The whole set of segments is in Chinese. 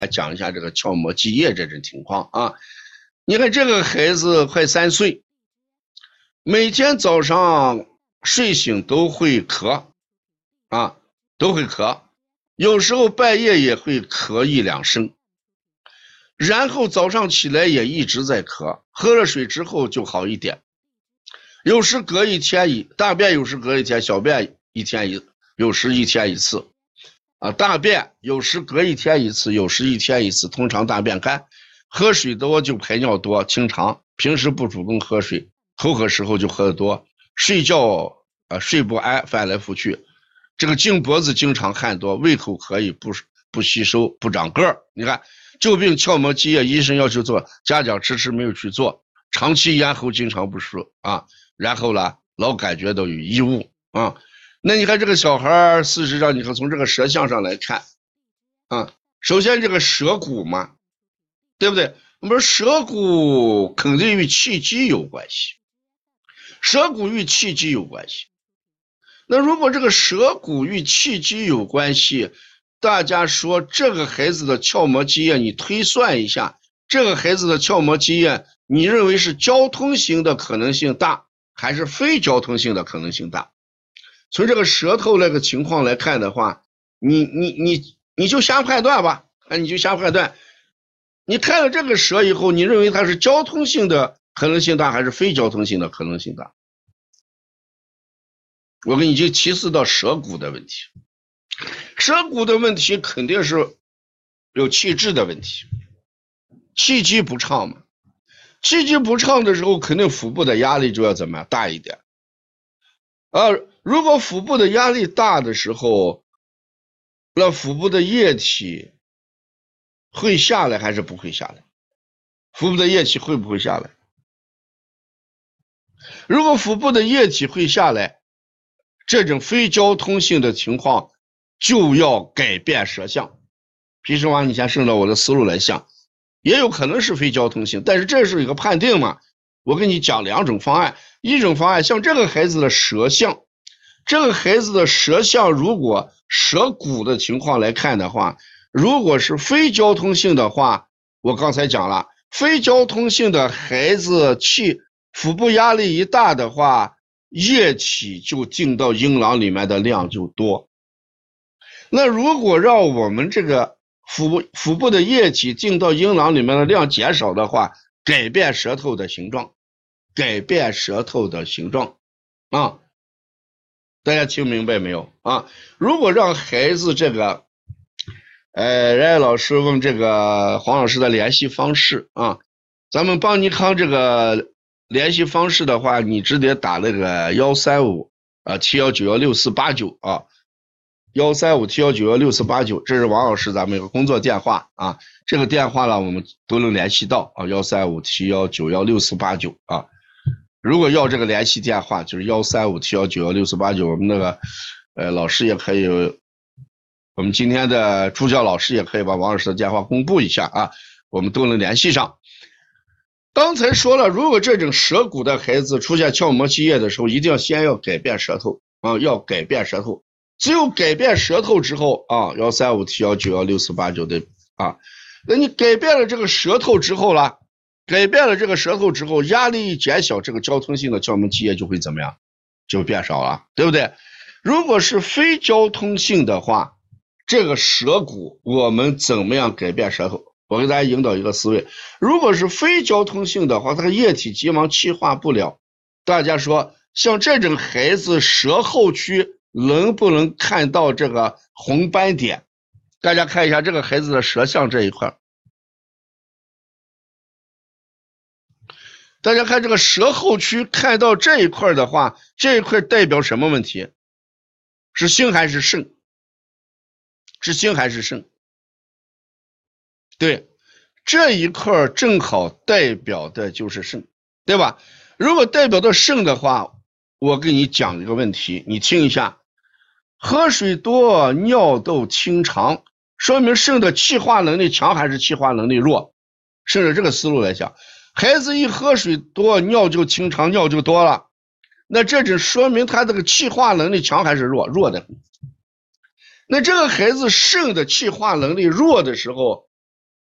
来讲一下这个鞘膜积液这种情况啊。你看这个孩子快3岁，每天早上睡醒都会咳啊，都会咳，有时候半夜也会咳1、2声，然后早上起来也一直在咳，喝了水之后就好一点，有时隔1天大便，有时隔1天，小便有时1天1次啊，大便有时隔1天1次，有时1天1次，通常大便干，喝水多就排尿多，清肠，平时不主动喝水，口渴时候就喝得多，睡觉睡不安，翻来覆去，这个颈脖子经常汗多，胃口可以不吸收，不长个儿。你看旧病鞘膜积液，医生要去做，家长迟迟没有去做，长期咽喉经常不舒服啊，然后呢老感觉到有异物啊。那你看这个小孩，事实上你看从这个舌象上来看啊，首先这个舌骨嘛，对不对？我们说舌骨肯定与气机有关系，舌骨与气机有关系。那如果这个舌骨与气机有关系，大家说这个孩子的鞘膜积液，你推算一下，这个孩子的鞘膜积液，你认为是交通型的可能性大，还是非交通性的可能性大？从这个舌头那个情况来看的话，你就瞎判断吧，你就瞎判断。你看了这个舌以后，你认为它是交通性的可能性大，还是非交通性的可能性大？我给你就提示到舌骨的问题，舌骨的问题肯定是有气滞的问题，气机不畅嘛，气机不畅的时候，肯定腹部的压力就要怎么样大一点。如果腹部的压力大的时候，那腹部的液体会下来还是不会下来？腹部的液体会不会下来？如果腹部的液体会下来，这种非交通性的情况就要改变舌象。皮实王，你先顺着我的思路来想，也有可能是非交通性，但是这是一个判定嘛。我跟你讲2种方案，一种方案像这个孩子的舌象，这个孩子的舌象如果舌骨的情况来看的话，如果是非交通性的话，我刚才讲了，非交通性的孩子腹部压力一大的话，液体就进到阴囊里面的量就多。那如果让我们这个腹部的液体进到阴囊里面的量减少的话，改变舌头的形状，改变舌头的形状啊，大家听明白没有啊？如果让孩子这个，人家老师问这个黄老师的联系方式啊，咱们邦尼康这个联系方式的话，你直接打那个135-719-16489啊。135-719-16489，这是王老师咱们一个工作电话啊，这个电话呢我们都能联系到啊，135-719-16489啊。如果要这个联系电话，就是135-719-16489，我们那个老师也可以，我们今天的助教老师也可以把王老师的电话公布一下啊，我们都能联系上。刚才说了，如果这种舌骨的孩子出现鞘膜积液的时候，一定要先要改变舌头啊，要改变舌头。只有改变舌头之后啊，135-719-16489的啊，那你改变了这个舌头之后了，改变了这个舌头之后，压力一减小，这个交通性的鞘膜积液就会怎么样？就变少了，对不对？如果是非交通性的话，这个舌骨我们怎么样改变舌头？我给大家引导一个思维，如果是非交通性的话，它的液体急忙气化不了，大家说像这种孩子舌后区能不能看到这个红斑点？大家看一下这个孩子的舌象这一块，大家看这个舌后区看到这一块的话，这一块代表什么问题？是心还是肾？是心还是肾？对，这一块正好代表的就是肾，对吧？如果代表的肾的话，我跟你讲一个问题，你听一下，喝水多，尿窦清肠，说明肾的气化能力强还是气化能力弱？顺着这个思路来讲，孩子一喝水多，尿就清肠，尿就多了，那这就说明他这个气化能力强还是弱？弱的。那这个孩子肾的气化能力弱的时候，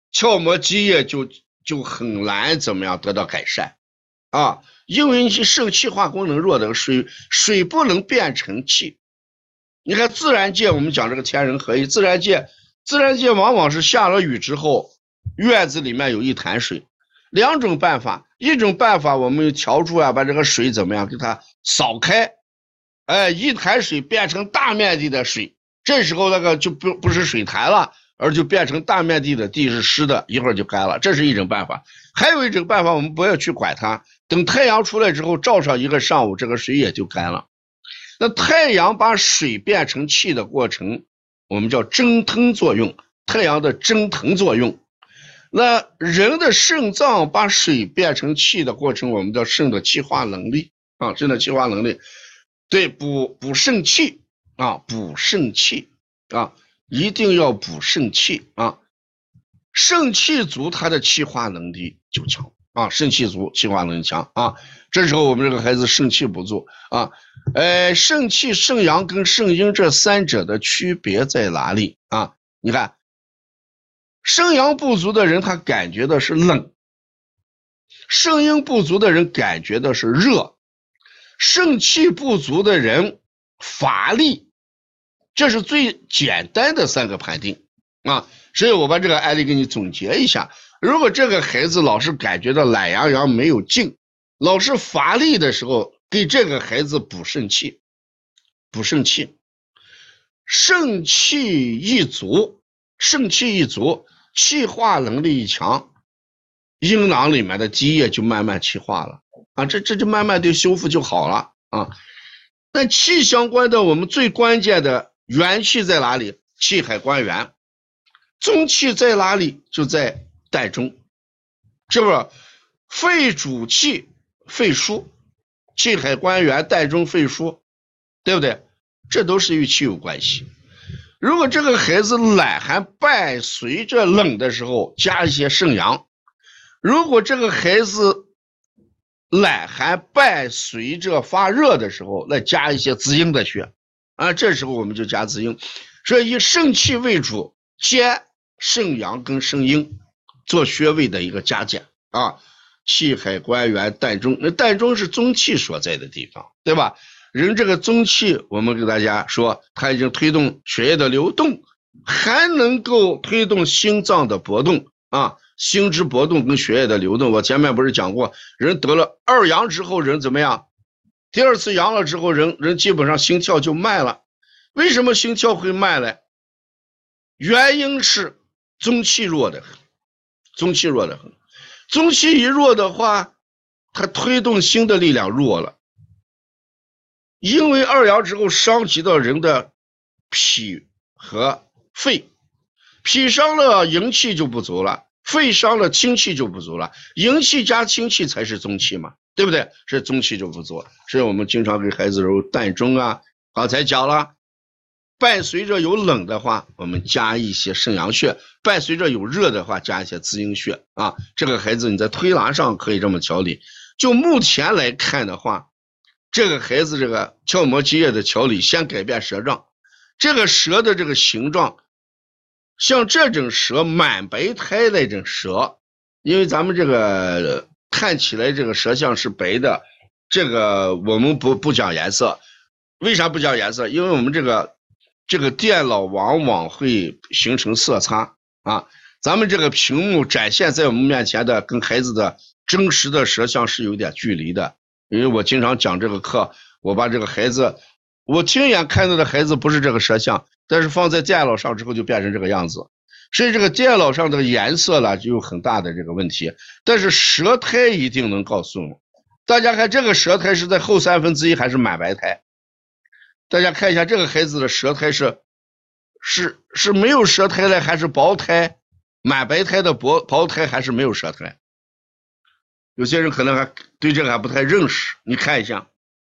鞘膜积液就很难怎么样得到改善啊，因为你肾气化功能弱的水不能变成气。你看自然界，我们讲这个天人合一，自然界往往是下了雨之后，院子里面有一潭水，两种办法，一种办法我们调住啊，把这个水怎么样给它扫开，哎，一潭水变成大面积的水，这时候那个就不是水潭了，而就变成大面积的地是湿的，一会儿就干了，这是一种办法。还有一种办法，我们不要去管它，等太阳出来之后照上一个上午，这个水也就干了。那太阳把水变成气的过程，我们叫蒸腾作用，太阳的蒸腾作用。那人的肾脏把水变成气的过程，我们叫肾的气化能力啊，肾的气化能力，对，补肾气啊，补肾气啊，一定要补肾气啊，肾气足，它的气化能力就强啊，肾气足，气化能力强啊。这时候我们这个孩子肾气不足啊，肾气、肾阳跟肾阴这三者的区别在哪里啊？你看，肾阳不足的人他感觉的是冷，肾阴不足的人感觉的是热，肾气不足的人乏力，这是最简单的三个判定啊。所以我把这个案例给你总结一下，如果这个孩子老是感觉到懒洋洋没有劲，老是乏力的时候，给这个孩子补肾气，补肾气，肾气一足，气化能力一强，阴囊里面的积液就慢慢气化了啊，这就慢慢就修复就好了啊。但气相关的，我们最关键的元气在哪里？气海关元。中气在哪里？就在膻中，是不是？肺主气，肺腧，气海关元，膻中肺腧，对不对？这都是与气有关系。如果这个孩子懒还伴随着冷的时候，加一些肾阳；如果这个孩子懒还伴随着发热的时候，那加一些滋阴的血啊，这时候我们就加滋阴。所以以肾气为主，兼肾阳跟肾阴做穴位的一个加减啊。气海关元膻中，那膻中是中气所在的地方，对吧？人这个中气，我们给大家说，它已经推动血液的流动，还能够推动心脏的搏动啊，心之搏动跟血液的流动。我前面不是讲过，人得了二阳之后，人怎么样？第二次阳了之后，人基本上心跳就慢了。为什么心跳会慢呢？原因是中气弱的很，中气弱的很。中气一弱的话，它推动心的力量弱了。因为二阳之后伤及到人的脾和肺，脾伤了营气就不足了，肺伤了清气就不足了，营气加清气才是中气嘛，对不对？是中气就不足，所以我们经常给孩子揉膻中啊，刚才讲了，伴随着有冷的话，我们加一些肾阳穴；伴随着有热的话，加一些滋阴穴啊。这个孩子你在推拿上可以这么调理。就目前来看的话，这个孩子这个鞘膜积液的调理，先改变舌状，这个舌的这个形状，像这种舌满白苔那种舌，因为咱们这个看起来这个舌象是白的，这个我们不讲颜色。为啥不讲颜色？因为我们这个电脑往往会形成色差啊，咱们这个屏幕展现在我们面前的跟孩子的真实的舌象是有点距离的。因为我经常讲这个课，我把这个孩子，我亲眼看到的孩子不是这个舌象，但是放在电脑上之后就变成这个样子，所以这个电脑上的颜色呢就有很大的这个问题。但是舌苔一定能告诉我，大家看这个舌苔是在后1/3还是满白苔？大家看一下这个孩子的舌苔是没有舌苔的还是薄苔？满白苔的薄苔还是没有舌苔？有些人可能还对这个还不太认识，你看一下，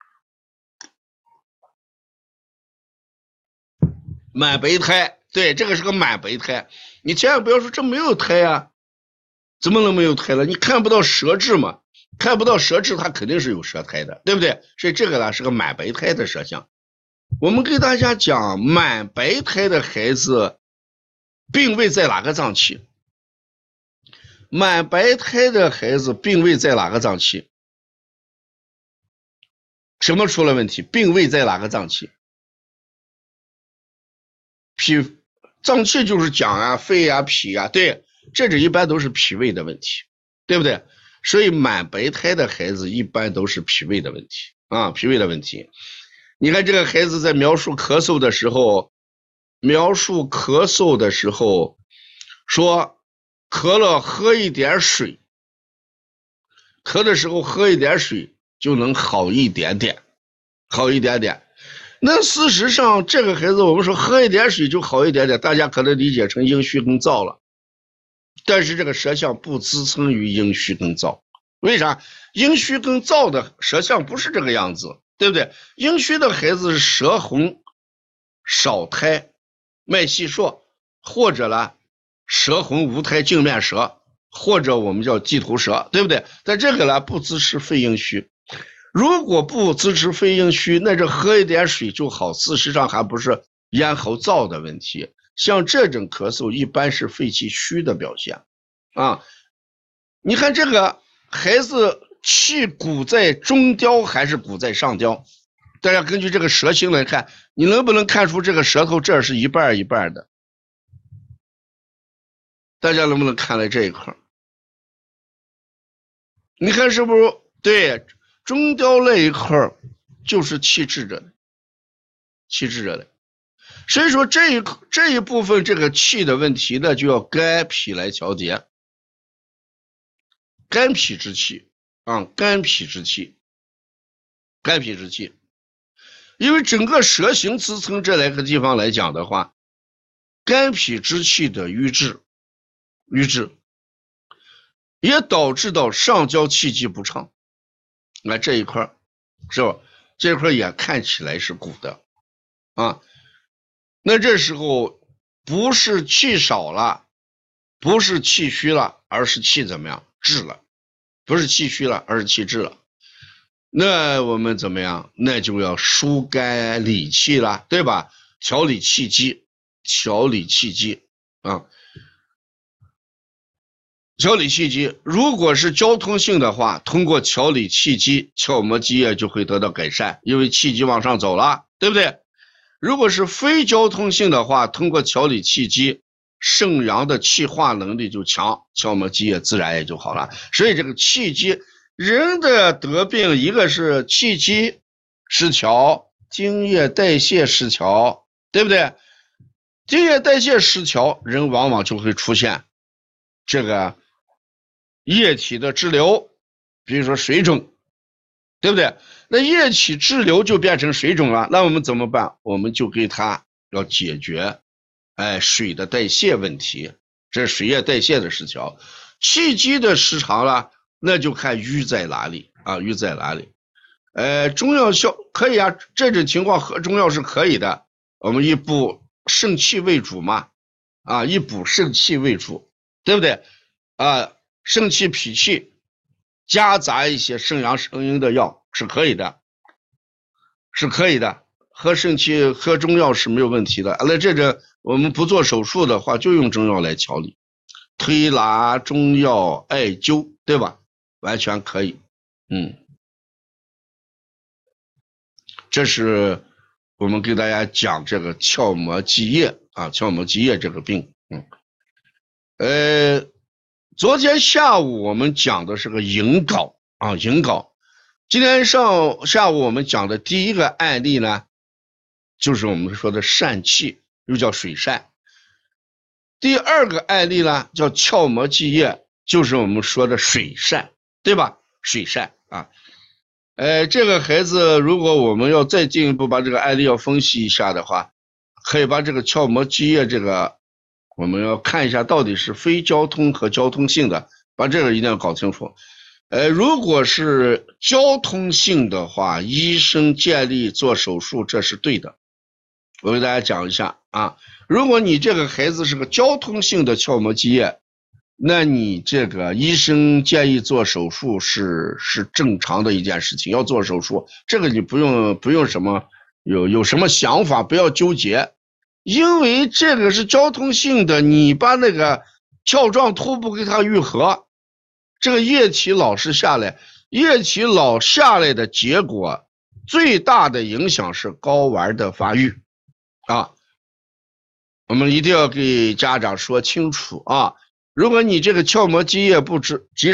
满白苔，对，这个是个满白苔，你千万不要说这没有苔啊，怎么能没有苔了？你看不到舌质嘛，看不到舌质，它肯定是有舌苔的，对不对？所以这个呢是个满白苔的舌象。我们给大家讲，满白苔的孩子病位在哪个脏器？ 满白胎的孩子病位在哪个脏器？什么出了问题？病位在哪个脏器？脾脏器就是讲啊，肺啊，脾啊，对，这一般都是脾胃的问题，对不对？所以满白胎的孩子一般都是脾胃的问题啊，脾胃的问题。你看这个孩子在描述咳嗽的时候，说咳了喝一点水，咳的时候喝一点水就能好一点点，好一点点。那事实上这个孩子我们说喝一点水就好一点点，大家可能理解成阴虚跟燥了，但是这个舌象不支撑于阴虚跟燥。为啥？阴虚跟燥的舌象不是这个样子，对不对？阴虚的孩子是舌红少苔脉细数，或者呢舌红无苔镜面舌，或者我们叫鸡头舌，对不对？但这个呢不支持肺阴虚。如果不支持肺阴虚，那这喝一点水就好，事实上还不是咽喉燥的问题。像这种咳嗽一般是肺气虚的表现啊。你看这个孩子气鼓在中焦还是鼓在上焦？大家根据这个舌形来看，你能不能看出这个舌头这是一半一半的？大家能不能看来这一块？你看是不是？对，中焦那一块就是气滞着的，气滞着的。所以说这一部分这个气的问题呢，就要肝脾来调节。肝脾之气啊，肝脾之气，肝脾之气。因为整个舌形支撑这两个地方来讲的话，肝脾之气的瘀滞，也导致到上焦气机不畅。那这一块是吧？这块也看起来是鼓的啊。那这时候不是气少了，不是气虚了，而是气怎么样？滞了。不是气虚了，而是气滞了。那我们怎么样？那就要疏肝理气了，对吧？调理气机啊。调理气机，如果是交通性的话，通过调理气机，窍膜积液就会得到改善，因为气机往上走了，对不对？如果是非交通性的话，通过调理气机，肾阳的气化能力就强，窍膜积液自然也就好了。所以这个气机，人的得病，一个是气机失调，津液代谢失调，对不对？津液代谢失调，人往往就会出现这个液体的滞留，比如说水肿，对不对？那液体滞留就变成水肿了，那我们怎么办？我们就给它要解决水的代谢问题，这是水液代谢的失调。气机的失常了，那就看瘀在哪里啊，瘀在哪里。中药效可以啊，这种情况喝中药是可以的。我们以补肾气为主嘛，啊，以补肾气为主，对不对？啊，肾气脾气夹杂一些肾阳生阴的药是可以的，是可以的。喝肾气喝中药是没有问题的。那这个我们不做手术的话，就用中药来调理，推拿、中药、艾灸，对吧？完全可以。这是我们给大家讲这个窍膜积液啊，窍膜积液这个病。昨天下午我们讲的是个引睾啊，引睾。今天下午我们讲的第一个案例呢，就是我们说的疝气，又叫水疝。第二个案例呢，叫窍膜积液，就是我们说的水疝，对吧？水疝啊。这个孩子如果我们要再进一步把这个案例要分析一下的话，可以把这个窍膜积液这个我们要看一下到底是非交通和交通性的，把这个一定要搞清楚。如果是交通性的话，医生建议做手术，这是对的。我给大家讲一下啊，如果你这个孩子是个交通性的窍膜积液，那你这个医生建议做手术是正常的一件事情，要做手术，这个你不用什么有什么想法，不要纠结，因为这个是交通性的，你把那个鞘状突不给它愈合，这个液体老是下来，液体老下来的结果，最大的影响是睾丸的发育啊。我们一定要给家长说清楚啊！如果你这个鞘膜积液不及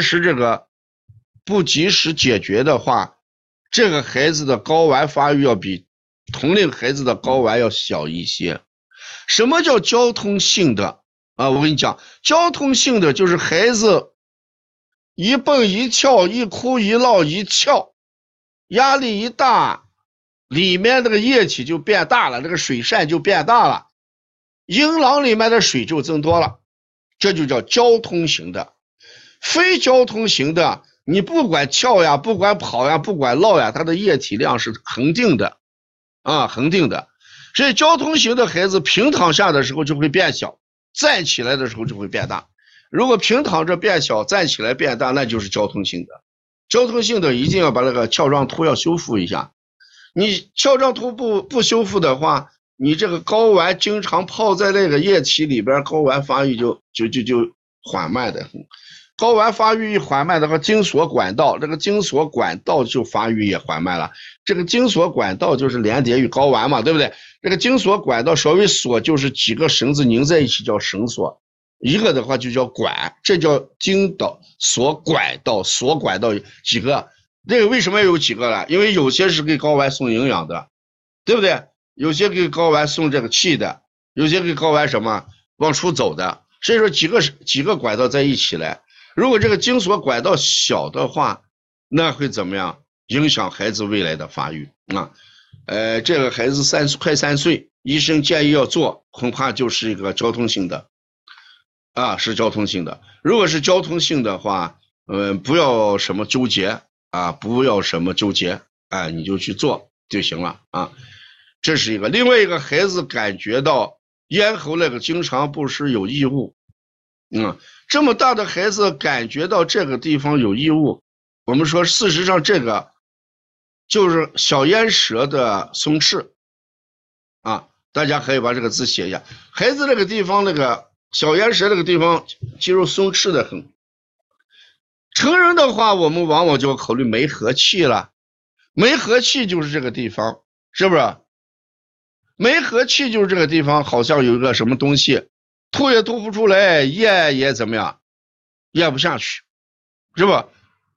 时解决的话，这个孩子的睾丸发育要比同龄孩子的睾丸要小一些。什么叫交通性的啊？我跟你讲，交通性的就是孩子一蹦一跳，一哭一闹一翘，压力一大，里面那个液体就变大了，这个水疝就变大了，阴囊里面的水就增多了，这就叫交通型的。非交通型的，你不管翘呀，不管跑呀，不管闹呀，它的液体量是恒定的啊，恒定的。所以交通型的孩子平躺下的时候就会变小，站起来的时候就会变大。如果平躺着变小，站起来变大，那就是交通性的。交通性的一定要把那个鞘状突要修复一下。你鞘状突不修复的话，你这个睾丸经常泡在那个液体里边，睾丸发育就缓慢的。睾丸发育一缓慢的话，精索管道，这个精索管道就发育也缓慢了。这个精索管道就是连接于睾丸嘛，对不对？这个精索管道，所谓索就是几个绳子拧在一起叫绳索，一个的话就叫管，这叫精导索管道，索管道几个？这个为什么有几个呢？因为有些是给睾丸送营养的，对不对？有些给睾丸送这个气的，有些给睾丸什么往出走的，所以说几个管道在一起来。如果这个精索管道小的话，那会怎么样？影响孩子未来的发育啊。这个孩子快3岁，医生建议要做，恐怕就是一个交通性的啊，是交通性的。如果是交通性的话，不要什么纠结啊，不要什么纠结，啊，你就去做就行了啊。这是一个。另外一个孩子感觉到咽喉那个经常不时有异物，这么大的孩子感觉到这个地方有异物，我们说事实上这个就是小咽舌的松弛啊，大家可以把这个字写一下。孩子那个地方那个小咽舌那个地方肌肉松弛的很。成人的话，我们往往就要考虑梅核气了，梅核气就是这个地方，是不是？梅核气就是这个地方，好像有一个什么东西，吐也吐不出来，咽也怎么样，咽不下去，是吧？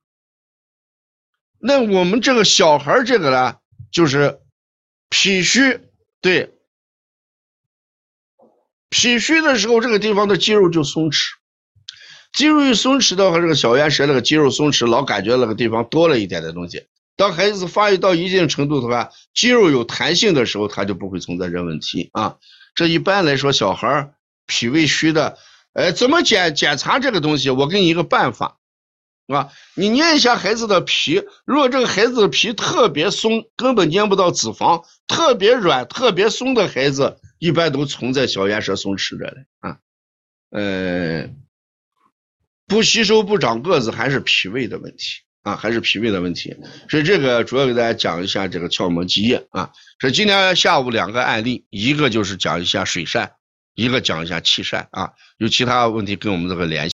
那我们这个小孩这个呢，就是脾虚，对，脾虚的时候，这个地方的肌肉就松弛，肌肉一松弛的话，这个小咽舌那个肌肉松弛，老感觉那个地方多了一点的东西。当孩子发育到一定程度的话，肌肉有弹性的时候，他就不会存在这问题啊。这一般来说，小孩脾胃虚的，怎么检查这个东西？我给你一个办法啊，你捏一下孩子的皮，如果这个孩子的皮特别松，根本捏不到脂肪，特别软、特别松的孩子，一般都存在小咽舌松弛着的啊。不吸收不长个子，还是脾胃的问题啊，还是脾胃的问题。所以这个主要给大家讲一下这个鞘膜积液啊。这今天下午2个案例，一个就是讲一下水疝，一个讲一下气疝啊。有其他问题跟我们这个联系。